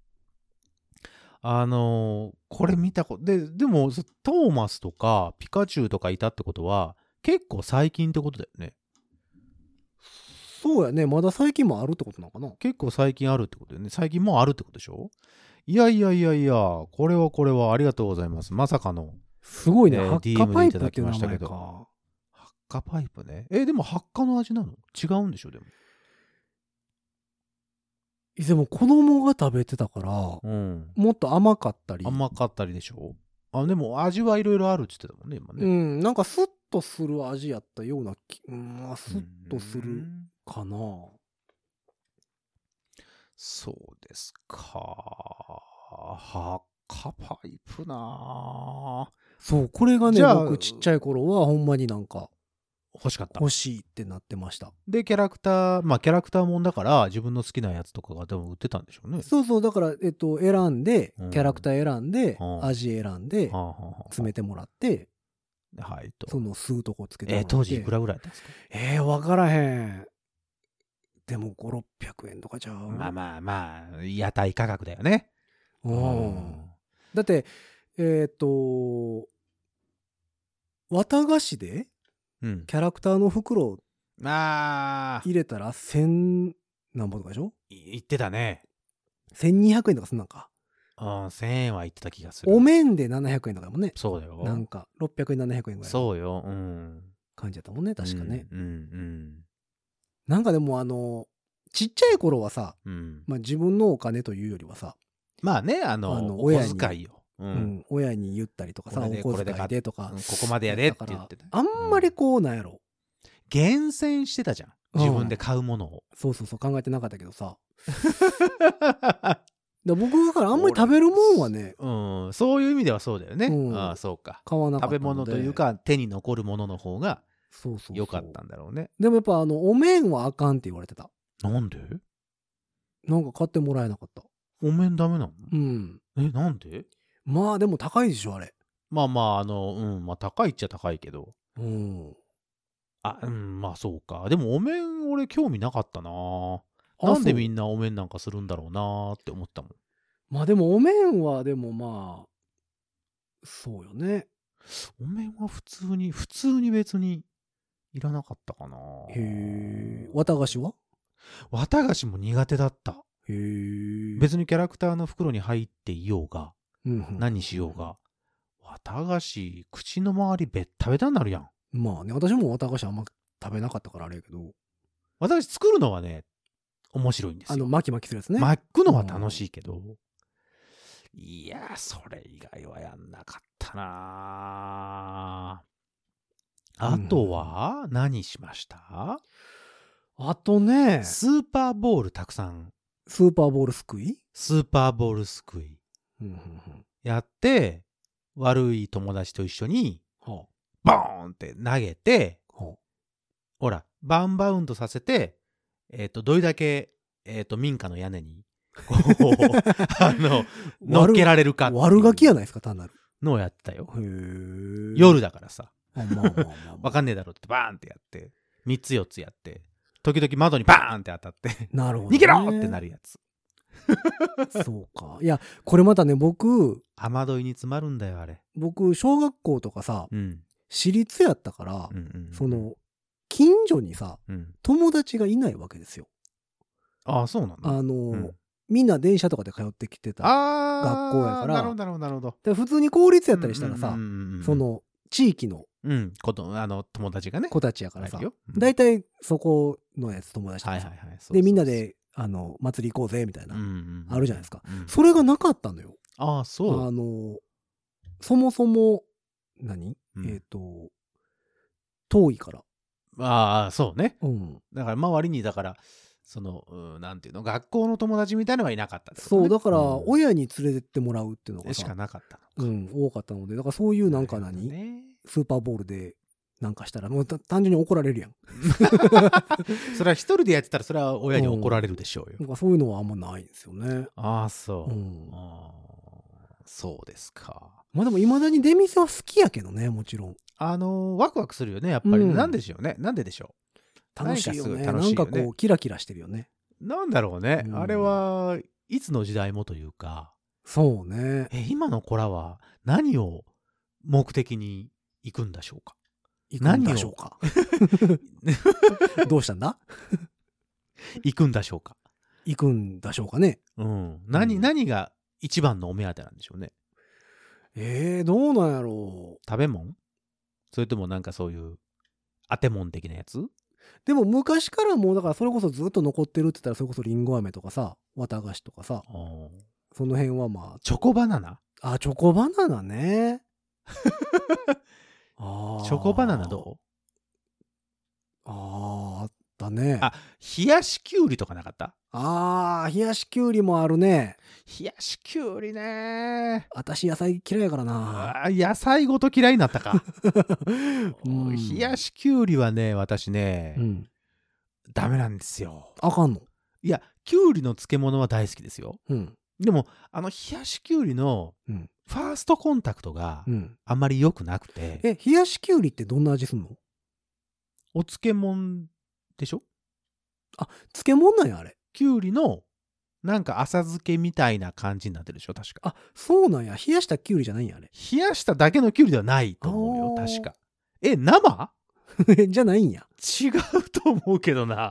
これ見たこと、でも、トーマスとかピカチュウとかいたってことは、結構最近ってことだよね。 そうやね。まだ最近もあるってことなのかな。 結構最近あるってことだよね。最近もあるってことでしょ。いや、これはありがとうございます。まさかの。 すごいね。発火パイプいただきましたけど。発火パイプね。でも発火の味なの？違うんでしょ、でも。 でも子供が食べてたから、もっと甘かったり。 でしょ。でも味はいろいろあるって言ってたもんね、今ね。 なんかスッとする味やったようなスッとするかな。 そうですか。発火パイプな。 そう、これがね、僕ちっちゃい頃はほんまになんか欲しかった。 欲しいってなってました。 で、キャラクターもんだから自分の好きなやつとかが多分売ってたんでしょうね。 そう、だから、選んで、キャラクター選んで、味選んで、詰めてもらって、 はいと。 その吸うとこつけてもらって。 当時いくらぐらいだったんですか？ わからへん。でも5、600円とかじゃう。 まあ、屋台価格だよね。 だって、綿菓子で、キャラクターの袋入れたら1000何本とかでしょ？ 言ってたね。 1200円とかすんなんか。 1000円は言ってた気がする。 お面で700円とかだもんね。 そうだよ。 なんか600円700円ぐらい。 そうよ。 感じだったもんね、確かね。なんかでもちっちゃい頃はさ、自分のお金というよりはさ、 まあね、親に、小遣いよ。 親に言ったりとかさ、お小遣いでとか。 ここまでやでって言ってた。 あんまりなんやろ。 厳選してたじゃん。自分で買うものを。 そう、考えてなかったけどさ。僕だからあんまり食べるもんはね。 そういう意味ではそうだよね。そうか。 買わなかった。 食べ物というか、手に残るものの方が良かったんだろうね。 でもやっぱお面はあかんって言われてた。 なんで？ なんか買ってもらえなかった。 お面ダメなの？なんで？ まあでも高いでしょ、あれ。 まあ高いっちゃ高いけど。まあそうか。でもお面俺興味なかったな。なんでみんなお面なんかするんだろうなって思ったもん。 まあでもお面はでもまあ、そうよね。 お面は普通に別にいらなかったかな。 綿菓子は？ 綿菓子も苦手だった。別にキャラクターの袋に入っていようが、何しようが、綿菓子、口の周りベッタベタになるやん。 まあね、私も綿菓子あんま食べなかったからあれやけど。 綿菓子作るのはね、面白いんですよ。 巻きするやつね。 巻くのは楽しいけど。いや、それ以外はやんなかったな。あとは、何しました？ あとね、 スーパーボールたくさん。 スーパーボールすくいやって、悪い友達と一緒に、ボーンって投げて、ほら、バウンバウンドさせて、どれだけ、民家の屋根に、乗っけられるか。 悪ガキやないですか、単なる。 のをやってたよ。夜だからさ。 わかんねえだろってバーンってやって、3つ4つやって、時々窓にバーンって当たって、 なるほど、ね、 逃げろってなるやつ。 そうか。いや、これまたね、僕、 雨どいに詰まるんだよ、あれ。 僕、小学校とかさ、私立やったから、近所にさ、友達がいないわけですよ。 ああ、そうなんだ。 みんな電車とかで通ってきてた学校やから、 なるほど、なるほど。 普通に公立やったりしたらさ、その地域の友達がね、 子たちやからさ、だいたいそこのやつ友達とかさ、でみんなで祭り行こうぜみたいなあるじゃないですか。それがなかったのよ。 ああ、そう。 そもそも遠いから。 ああ、そうね。だから周りにだからなんていうの、学校の友達みたいなのはいなかったってことね。 そう、だから親に連れてってもらうっていうのがしかなかったの。多かったので、だからそういうスーパーボールでなんかしたらもう単純に怒られるやん。 それは一人でやってたらそれは親に怒られるでしょうよ。 なんかそういうのはあんまないんですよね。 ああ、そう。そうですか。 まあでも未だに出店は好きやけどね、もちろん。 ワクワクするよね、やっぱり。なんでしょうね。なんででしょう。 楽しいよね。なんかこうキラキラしてるよね。 なんだろうね。あれはいつの時代もというか。 そうね。 今の子らは何を目的に行くんでしょうか。 行くんでしょうか。どうしたんだ。 行くんでしょうか。 行くんでしょうかね。 何が一番のお目当てなんでしょうね。 どうなんやろう。 食べ物？それともなんかそういう当て物的なやつ？ でも昔からもうだからそれこそずっと残ってるって言ったらそれこそりんご飴とかさ、綿菓子とかさ、その辺はまあ。 チョコバナナ？ チョコバナナね。 チョコバナナどう？ あったね。 冷やしきゅうりとかなかった？ 冷やしきゅうりもあるね。 冷やしきゅうりね。 私野菜嫌いやからな。 野菜ごと嫌いになったか。冷やしきゅうりはね、私ね、ダメなんですよ。 あかんの？ いや、きゅうりの漬物は大好きですよ。でも冷やしきゅうりのファーストコンタクトがあんまり良くなくて。 冷やしきゅうりってどんな味すんの？ お漬物でしょ？ 漬物なんやあれ。 きゅうりのなんか浅漬けみたいな感じになってるでしょ確か。 そうなんや。冷やしたきゅうりじゃないんやあれ。 冷やしただけのきゅうりではないと思うよ確か。生？ じゃないんや。 違うと思うけどな。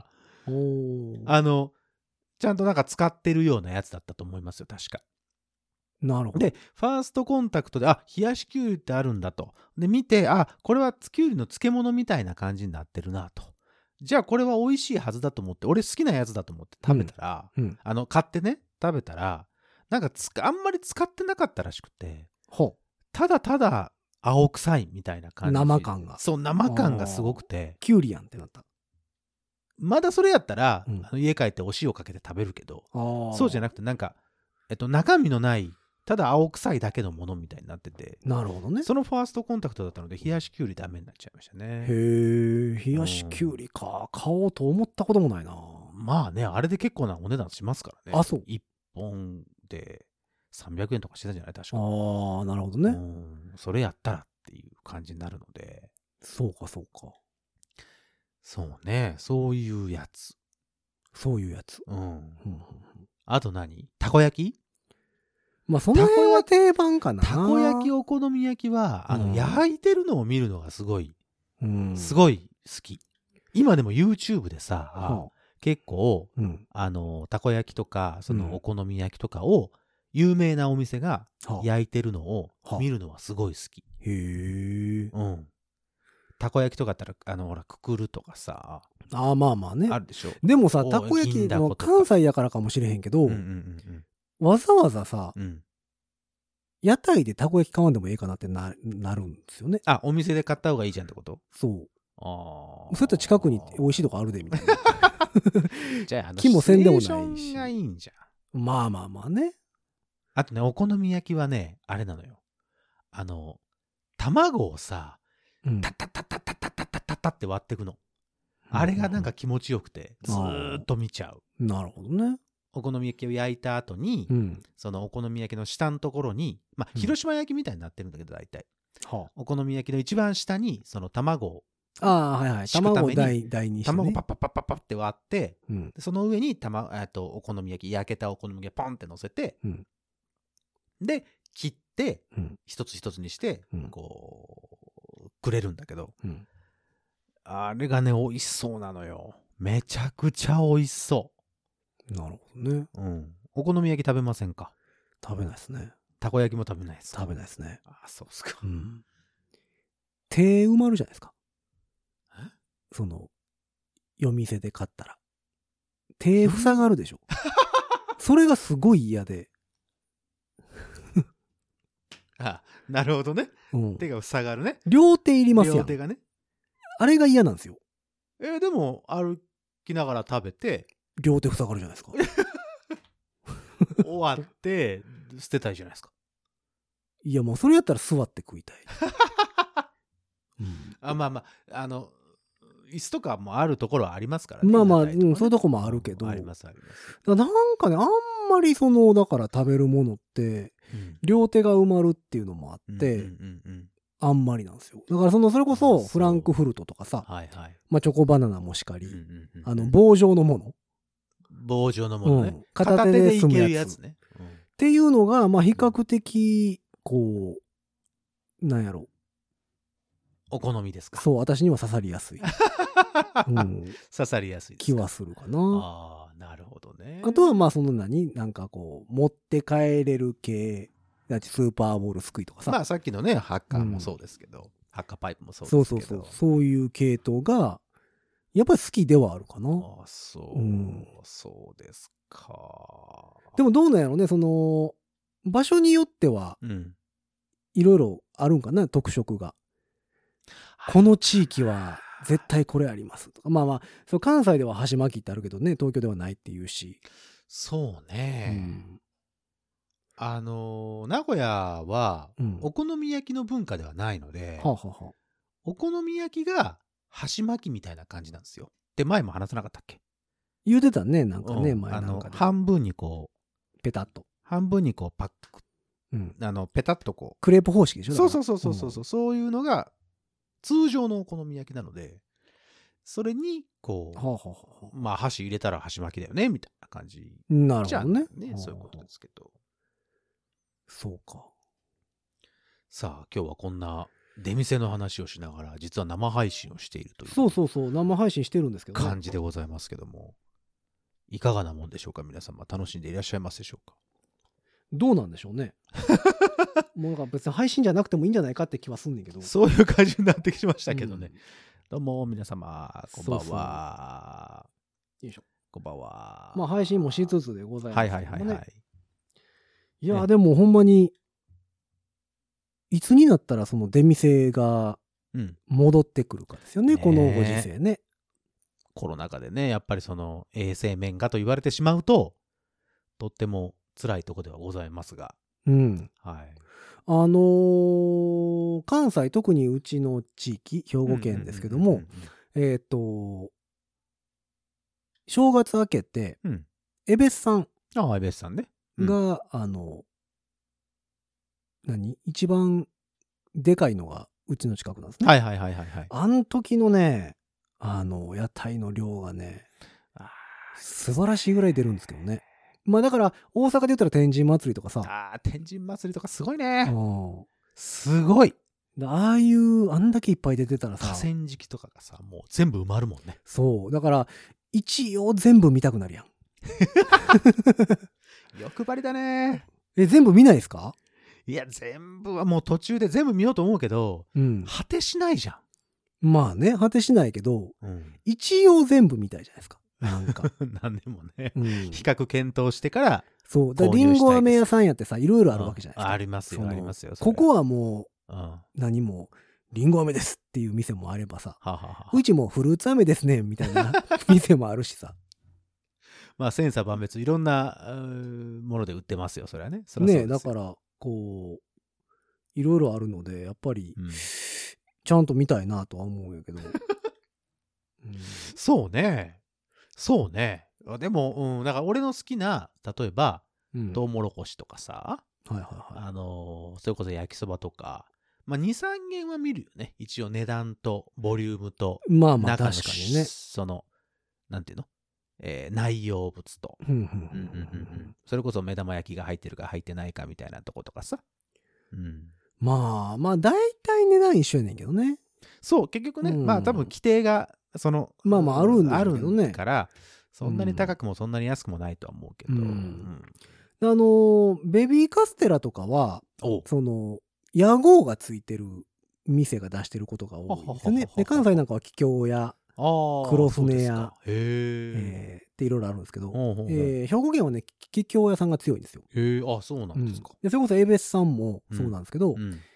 ちゃんとなんか使ってるようなやつだったと思いますよ確か。 なるほど。 でファーストコンタクトで冷やしきゅうりってあるんだと。で見てこれはきゅうりの漬物みたいな感じになってるなと。じゃあこれは美味しいはずだと思って、俺好きなやつだと思って食べたら、買ってね食べたらなんかあんまり使ってなかったらしくて、ただただ青臭いみたいな感じ。 生感が。 そう、生感がすごくて。 きゅうりやんってなった。 まだそれやったら、家帰ってお塩かけて食べるけど、そうじゃなくてなんか、中身のないただ青臭いだけのものみたいになってて。 なるほどね。 そのファーストコンタクトだったので冷やしきゅうりダメになっちゃいましたね。 へえ、冷やしきゅうりか。買おうと思ったこともないな。 まあね、あれで結構なお値段しますからね。 そう。 1本で300円とかしてたんじゃない確か。 なるほどね。 それやったらっていう感じになるので。 そうかそうか。 そうね、そういうやつ。 そういうやつ。 あと何？たこ焼き？ まあその辺は定番かな。 たこ焼きお好み焼きは焼いてるのを見るのがすごい好き。今でも YouTube でさ、結構たこ焼きとかそのお好み焼きとかを有名なお店が焼いてるのを見るのはすごい好き。 へえ。 たこ焼きとかだったらほらくくるとかさ。 まあまあね。 あるでしょ。 でもさ、たこ焼きも関西やからかもしれへんけど、わざわざさ、屋台でたこ焼き買わんでもええかなってなるんですよね。 お店で買った方がいいじゃんってこと？ そう。そういった近くに美味しいとこあるでみたいな。 じゃあ気もせんでもないし。 シチュエーションがいいんじゃん。 まあまあまあね。 あとね、お好み焼きはね、あれなのよ。卵をさ、タッタッタッタッタッタッタッタッタッタって割っていくの。あれがなんか気持ちよくて、ずーっと見ちゃう。 なるほどね。 お好み焼きを焼いた後に、そのお好み焼きの下のところに、広島焼きみたいになってるんだけど、大体。 お好み焼きの一番下にその卵をはいはい。卵を台にして、ね、 卵パッパッパッパッパッって割って、その上にお好み焼き、焼けたお好み焼きポンって乗せて、で切って、一つ一つにして、こうくれるんだけど、あれがね美味しそうなのよ。めちゃくちゃ美味しそう。 なるほどね。 お好み焼き食べませんか？ 食べないですね。 たこ焼きも食べないです。 食べないですね。 そうですか。 手埋まるじゃないですか。その夜店で買ったら手塞がるでしょ。それがすごい嫌で。 なるほどね。手が塞がるね。 両手いりますやん。 両手がね。 あれが嫌なんですよ。 でも歩きながら食べて両手塞がるじゃないですか。 終わって捨てたいじゃないですか。 いやもうそれやったら座って食いたい。 まあ椅子とかもあるところはありますからね。 そういうとこもあるけど。 ありますあります。 なんかね、あんまりだから食べるものって、両手が埋まるっていうのもあって、あんまりなんですよ。だからそれこそフランクフルトとかさ、チョコバナナもしかり、棒状のもの。 棒状のものね。 片手で済むやつね。 っていうのが、比較的、こう、なんやろ。 お好みですか？ そう、私には刺さりやすい。 刺さりやすい気はするかな。 なるほどね。 あとはなんかこう持って帰れる系、スーパーボールすくいとかさ。 さっきのねハッカーもそうですけど、ハッカーパイプもそうですけど、 そういう系統がやっぱり好きではあるかな。 そうですか。 でもどうなんやろね、場所によっては、いろいろあるんかな、特色が。この地域は絶対これありますとか。関西では箸巻きってあるけどね、東京ではないっていうし。 そうね。名古屋はお好み焼きの文化ではないので、お好み焼きが箸巻きみたいな感じなんですよ。で、前も話さなかったっけ？ 言うてたね、なんかね、前なんかで。 半分にこう、 ペタッと。 半分にこうパック。ペタッとこう。 クレープ方式でしょ？ そう。そういうのが通常のお好み焼きなので、それにこう、箸入れたら箸巻きだよねみたいな感じ。 なるほどね。 そういうことですけど。 そうか。 さあ今日はこんな出店の話をしながら実は生配信をしているというそう生配信してるんですけど、 感じでございますけども、いかがなもんでしょうか？皆様楽しんでいらっしゃいますでしょうか？ どうなんでしょうね。もうなんか別に配信じゃなくてもいいんじゃないかって気はすんねんけど、 そういう感じになってきましたけどね。どうも皆様こんばんは。 よいしょ。 こんばんは。 配信もしつつでございます。 はい。 いや、でもほんまにいつになったらその出店が戻ってくるかですよね、このご時世ね。 コロナ禍でね、やっぱりその衛生面がと言われてしまうととっても辛いところではございますが、はい。 関西、特にうちの地域、兵庫県ですけども、正月明けて、エベスさんエベスさんねが、一番でかいのがうちの近くなんですね。 はい。 あの時のね、屋台の量がね、素晴らしいぐらい出るんですけどね。だから大阪で言ったら天神祭りとかさ。 天神祭りとかすごいね。すごい。 あんだけいっぱい出てたらさ。 河川敷とかがさ、もう全部埋まるもんね。 そう。だから、一応全部見たくなるやん。 欲張りだね。 全部見ないですか？ いや、全部はもう途中で全部見ようと思うけど、果てしないじゃん。果てしないけど、一応全部見たいじゃないですか。なんか。 何でもね、比較検討してから。 そう。リンゴ飴屋さんやってさ、いろいろあるわけじゃないですか。 ありますよ、ありますよ。 ここはもう、何も、リンゴ飴ですっていう店もあればさ、うちもフルーツ飴ですね、みたいな店もあるしさ。 千差万別いろんなもので売ってますよ、それはね。 ねえ、だから、こう、いろいろあるので、やっぱり、ちゃんと見たいなとは思うんやけど。 そうね。でも、だから俺の好きな、例えば、トウモロコシとかさ、それこそ焼きそばとか、 まあ、2、3件は見るよね。一応値段とボリュームと、 まあまあ中の確かにね。 その、なんていうの、内容物と、それこそ目玉焼きが入ってるか入ってないかみたいなとことかさ。うん、 まあ大体値段一緒やねんけどね。 そう、結局ね、まあ多分規定が、 まああるんだけどね。 あるから、そんなに高くもそんなに安くもないとは思うけど。 ベビーカステラとかは、屋号がついてる店が出してることが多いですね。で、関西なんかは桔梗屋、黒船屋、っていろいろあるんですけど、兵庫県はね、桔梗屋さんが強いんですよ。 あ、そうなんですか。 でそれこそ江別さんもそうなんですけど、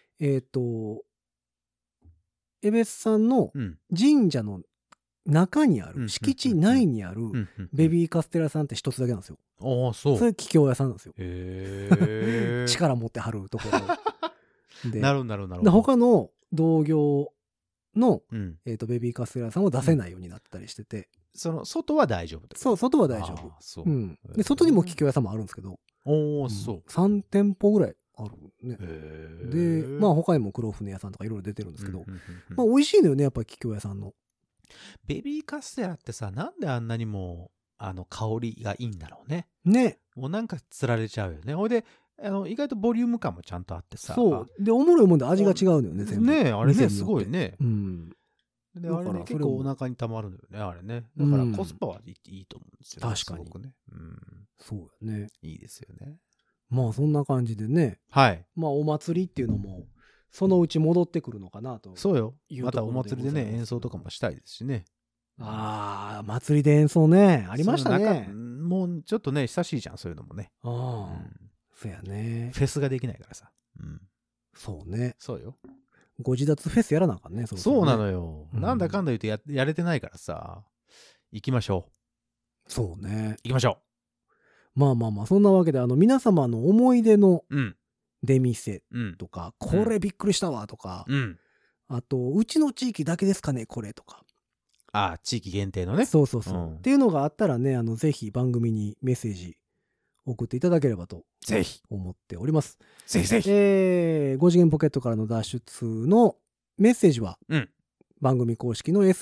江別さんの神社の中にある、敷地内にあるベビーカステラさんって一つだけなんですよ。 そう。 それ桔梗屋さんなんですよ。力持ってはるところで。 なるほど。 他の同業の、ベビーカステラさんを出せないようになったりしてて。 外は大丈夫。 そう、外は大丈夫。で、外にも桔梗屋さんもあるんですけど。 そう。 3店舗ぐらいあるね。で、まあ他にも黒船屋さんとかいろいろ出てるんですけど、まあ美味しいのよね、やっぱり桔梗屋さんの。 ベビーカステラってさ、なんであんなにも香りがいいんだろうね。 ね。 もうなんかつられちゃうよね。ほいで、意外とボリューム感もちゃんとあってさ。 そう。で、おもろいもんで味が違うのよね、全部。 ね、あれね、すごいね。で、あれね、結構お腹にたまるのよね、あれね。だからコスパはいいと思うんですよ。 確かに。そうよね。 いいですよね。 まあそんな感じでね。 はい。 まあお祭りっていうのも、そのうち戻ってくるのかなと。 そうよ。またお祭りでね、演奏とかもしたいですしね。 ああ、祭りで演奏ね。ありましたね。 もうちょっとね、久しいじゃん、そういうのもね。 そうやね。 フェスができないからさ。 そうね。 そうよ。 ご自立フェスやらなあかんね。 そうなのよ。なんだかんだ言ってやれてないからさ。行きましょう。そうね。 行きましょう。まあ、そんなわけで、皆様の思い出の出店とか、これびっくりしたわとか、あと、うちの地域だけですかね、これとか。 ああ、地域限定のね。 そう。っていうのがあったらね、ぜひ番組にメッセージ送っていただければと思っております。 ぜひ。 5次元ポケットからの脱出のメッセージは、番組公式の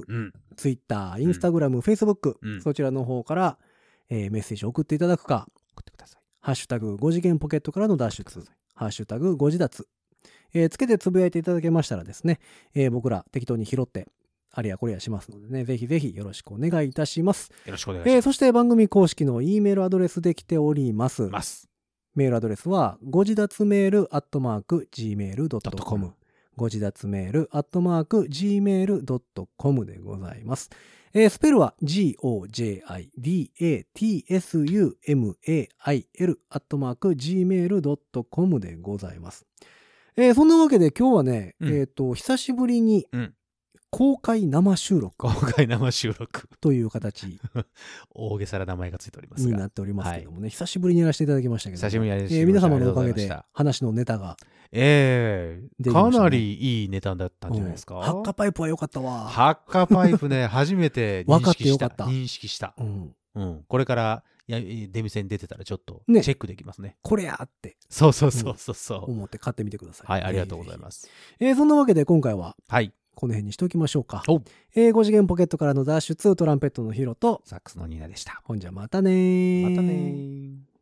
SNS、Twitter、Instagram、Facebook、そちらの方から、メッセージを送っていただくか、 送ってください。 ハッシュタグ5次元ポケットからの脱出、ハッシュタグ5次脱、つけてつぶやいていただけましたらですね、僕ら適当に拾って、あれやこれやしますのでね、ぜひぜひよろしくお願いいたします。 よろしくお願いします。 そして番組公式の E メールアドレスで来ております。メールアドレスは、ご自立メール@gmail.com。ご自立メール@gmail.com でございます。スペルは GOJIDATSUMAIL@gmail.com でございます。そんなわけで今日はね、久しぶりに、公開生収録という形大げさな名前がついておりますがになっておりますけどもね、久しぶりにやらせていただきましたけど、 久しぶりにやらせていただきました。 皆様のおかげで話のネタがかなりいいネタだったんじゃないですか。 ハッカパイプは良かったわ。 ハッカパイプね、初めて認識した。これから出店に出てたらちょっとチェックできますね。 これやって。 そう思って買ってみてください。 はい、ありがとうございます。 そんなわけで今回は、この辺にしておきましょうか。5次元ポケットからの脱出、トランペットのヒロとサックスのニーナでした。 ほんじゃまたねー。 またねー。